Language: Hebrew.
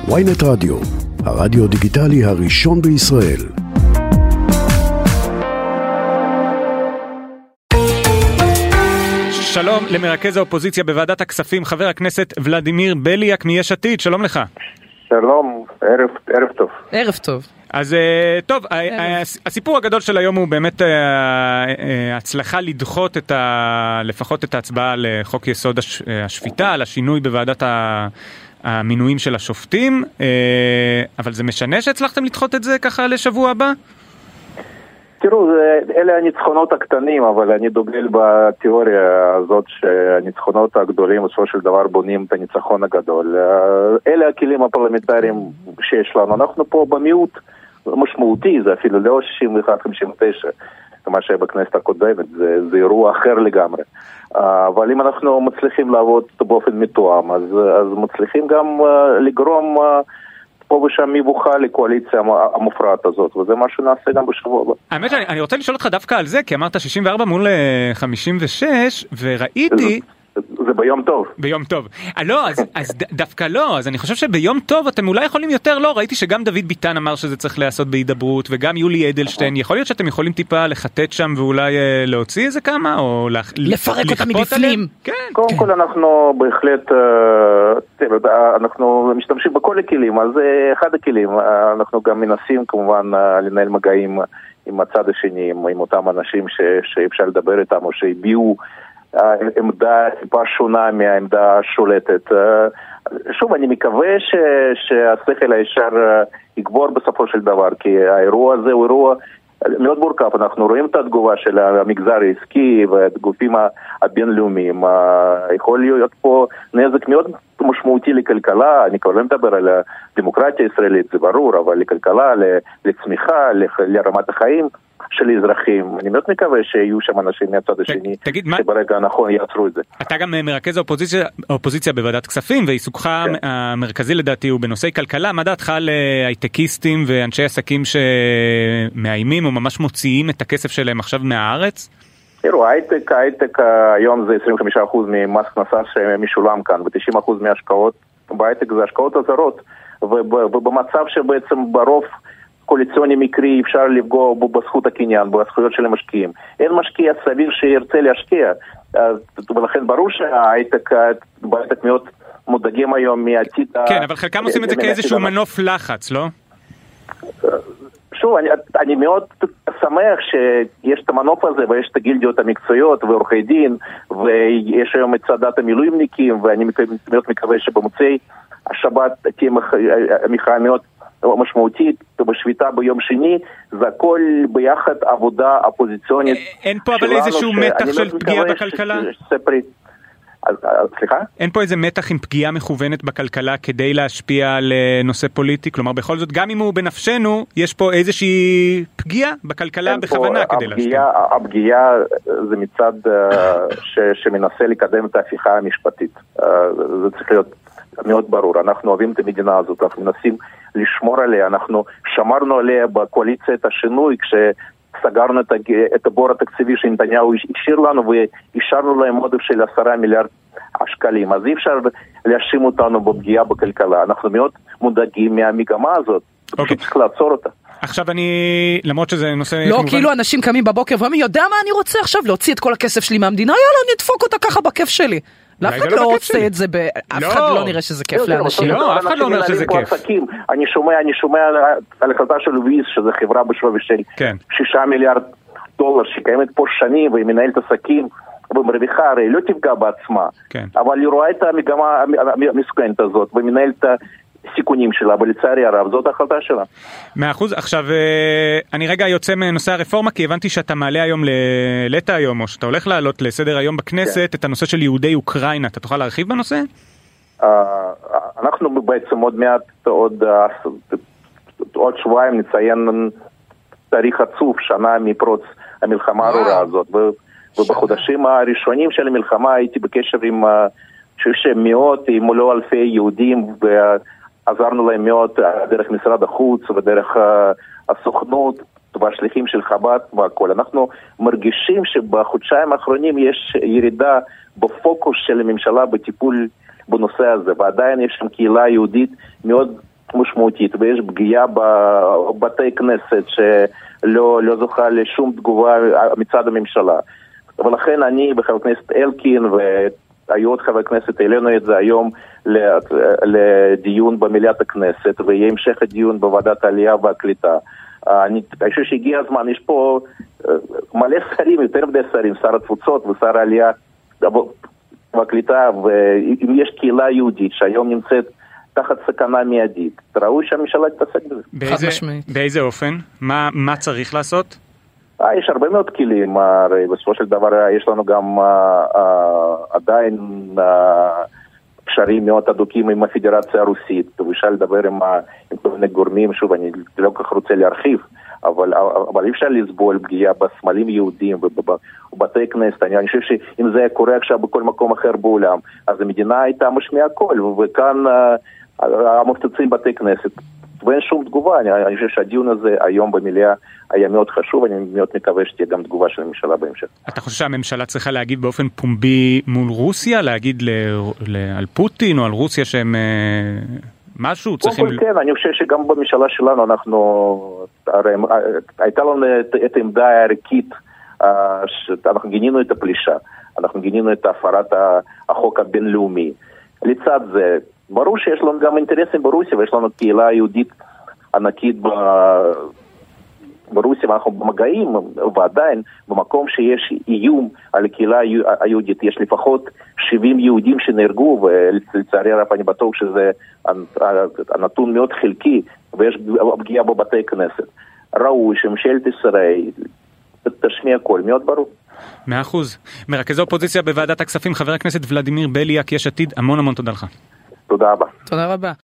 ynet רדיו, הרדיו דיגיטלי הראשון בישראל. שלום למרכז האופוזיציה בוועדת הכספים, חבר הכנסת ולדימיר בליאק מיש עתיד, שלום לך. שלום, ערב טוב. ערב טוב. אז טוב, הסיפור הגדול של היום הוא באמת הצלחה לדחות לפחות את ההצבעה לחוק יסוד השפיטה, על השינוי בוועדת המינויים של השופטים, אבל זה משנה שהצלחתם לדחות את זה ככה לשבוע הבא? תראו, אלה הניצחונות הקטנים, אבל אני דוגל בתיאוריה הזאת שהניצחונות הגדולים בסופו של דבר בונים את הניצחון הגדול. אלה הכלים הפרלמנטריים שיש לנו. אנחנו פה במיעוט משמעותי, זה אפילו לא 61-59, מה שהיה בכנסת הקודמת, זה אירוע אחר לגמרי. אבל אם אנחנו מצליחים לעבוד באופן מתואם, אז מצליחים גם לגרום פה ושם מבוכה לקואליציה המופרעת הזאת, וזה מה שנעשה גם בשבוע הבא. האמת שאני רוצה לשאול אותך דווקא על זה, כי אמרת 64 מול 56, וראיתי... זה ביום טוב. ביום טוב. לא, אז דווקא לא, אז אני חושב שביום טוב אתם אולי יכולים יותר, לא, ראיתי שגם דוד ביטן אמר שזה צריך לעשות בהידברות, וגם יולי אדלשטיין, יכול להיות שאתם יכולים טיפה לחטט שם ואולי להוציא איזה כמה, או לפרק אותם מבפנים. קודם כל אנחנו בהחלט, אנחנו משתמשים בכל הכלים, אז זה אחד הכלים, אנחנו גם מנסים כמובן לנהל מגעים עם הצד השני, עם אותם אנשים שאפשר לדבר איתם, או שהביאו עמדה טיפה שונה מהעמדה השולטת. שוב, אני מקווה שהשכל הישר יגבור בסופו של דבר, כי האירוע הזה הוא אירוע מאוד מורכב. אנחנו רואים את התגובה של המגזר העסקי והגופים הבינלאומיים. יכול להיות פה נזק מאוד משמעותי לכלכלה, אני כבר לא מדבר על הדמוקרטיה הישראלית, זה ברור, אבל לכלכלה, לצמיחה, לרמת החיים של האזרחים. אני מאוד מקווה שיהיו שם אנשים מהצד השני שברגע הנכון יעצרו את זה. אתה גם מרכז האופוזיציה בוועדת כספים, ועיסוקך המרכזי לדעתי הוא בנושאי כלכלה. מה דעתך על הייטקיסטים ואנשי עסקים שמאיימים או ממש מוציאים את הכסף שלהם עכשיו מהארץ? תראו, ההייטק היום זה 25% ממס הכנסה שמשולם כאן, ו-90% מההשקעות בהייטק זה השקעות הזרות, ובמצב שבעצם ברוב קואליציוני מקרי אפשר לפגוע בזכות הקניין, בזכויות של המשקיעים. אין משקיע סביר שירצה להשקיע, ולכן ברור שההייטק מאוד מודאגים היום מהעתיד. כן, אבל חלקם עושים את זה כאיזשהו מנוף לחץ, לא? שוב, אני מאוד שמח שיש את המנוף הזה, ויש את הגילדיות המקצועיות ועורכי דין, ויש היום את צעדת המילואימניקים, ואני מאוד מקווה שבמוצאי השבת תהיה מחאה מאוד משמעותית, ובשביתה ביום שני, זה הכל ביחד עבודה אופוזיציונית. אין פה אבל איזשהו מתח של פגיעה בכלכלה? סליחה? אין פה איזה מתח עם פגיעה מכוונת בכלכלה כדי להשפיע על נושא פוליטי? כלומר, בכל זאת, גם אם הוא בנפשנו, יש פה איזושהי פגיעה בכלכלה בכוונה כדי להשפיע. הפגיעה זה מצד שמנסה לקדם את ההפיכה המשפטית. זה צריך להיות מאוד ברור. אנחנו אוהבים את המדינה הזאת, אנחנו מנסים לשמור עליה, אנחנו שמרנו עליה בקואליציית השינוי, סגרנו את הבור התקציבי שנתניהו השאיר לנו, ואישרנו להם עודף של 10 מיליארד שקלים. אז אי אפשר להאשים אותנו בפגיעה בכלכלה. אנחנו מאוד מודאגים מהמגמה הזאת. פשוט צריך לעצור אותה. עכשיו למרות שזה נושא... לא, כאילו אנשים קמים בבוקר ואומרים, יודע מה אני רוצה עכשיו? להוציא את כל הכסף שלי מהמדינה? יאללה, נדפוק אותה ככה בכיף שלי. לאף אחד לא רוצה את זה, אף אחד לא נראה שזה כיף לאנשים. לא, אף אחד לא אומר שזה כיף. אני שומע על החלטה של ויז, שזו חברה בשווי של 6 מיליארד דולר, שקיימת פה שנים, והיא מנהלת עסקים, ומרוויחה, הרי לא תפגע בעצמה. אבל היא רואה את המגמה המסוכנת הזאת, ומנהלת סיכונים שלה, ולצערי הרב, זאת ההחלטה שלה. 100%. עכשיו, אני רגע יוצא מנושא הרפורמה, כי הבנתי שאתה מעלה היום לטה היום, או שאתה הולך לעלות לסדר היום בכנסת, את הנושא של יהודי אוקראינה. אתה תוכל להרחיב בנושא? אנחנו בעצם עוד מעט, עוד שבועיים נציין תאריך עצוב, שנה מפרוץ המלחמה הארורה הזאת, ובחודשים הראשונים של המלחמה הייתי בקשר עם מאות, אם לא אלפי יהודים, עזרנו להם מאוד דרך משרד החוץ ודרך הסוכנות והשליחים של חב"ד והכל. אנחנו מרגישים שבחודשיים האחרונים יש ירידה בפוקוס של הממשלה בטיפול בנושא הזה, ועדיין יש שם קהילה יהודית מאוד משמעותית, ויש פגיעה בבתי כנסת שלא זוכה לשום תגובה מצד הממשלה. ולכן אני וחבר הכנסת אלקין והיו עוד חבר כנסת העלינו את זה היום לדיון במליאת הכנסת, ויהיה המשך הדיון בוועדת העלייה והקליטה. אני חושב שהגיע הזמן, יש פה מלא שרים, יותר מדי שרים, שר התפוצות ושר העלייה והקליטה, ואם יש קהילה יהודית שהיום נמצאת תחת סכנה מיידית, ראוי שהממשלה תתעסק בזה. באיזה אופן? מה צריך לעשות? יש הרבה מאוד כלים, הרי בסופו של דבר יש לנו גם עדיין קשרים מאוד אדוקים עם הפדרציה הרוסית, ואפשר לדבר עם כל מיני גורמים, שוב, אני לא כל כך רוצה להרחיב, אבל אי אפשר לסבול פגיעה בסמלים יהודים ובבתי כנסת. אני חושב שאם זה קורה עכשיו בכל מקום אחר בעולם, אז המדינה הייתה משמיעה קול, וכאן המפוצצים בתי כנסת, ואין שום תגובה. אני חושב שהדיון הזה היום במליאה היה מאוד חשוב, אני מאוד מקווה שתהיה גם תגובה של הממשלה בהמשך. אתה חושב שהממשלה צריכה להגיד באופן פומבי מול רוסיה, להגיד על פוטין או על רוסיה שהם משהו? כן, אני חושב שגם בממשלה שלנו הייתה לנו את העמדה הערכית, אנחנו גינינו את הפלישה, אנחנו גינינו את הפרת החוק הבינלאומי. לצד זה, ברור שיש לנו גם אינטרסים ברוסיה, ויש לנו קהילה יהודית ענקית ברוסיה, ואנחנו במגעים, ועדיין במקום שיש איום על הקהילה היהודית, יש לפחות 70 יהודים שנהרגו, ולצערי הרב אני בטוח שזה הנתון מאוד חלקי, ויש פגיעה בבתי כנסת. ראוי שממשלת ישראל תשמיע קול מאוד ברור. 100%. מרכז האופוזיציה בוועדת הכספים, חבר הכנסת ולדימיר בליאק, יש עתיד, המון תודה לך. תודה רבה. תודה רבה.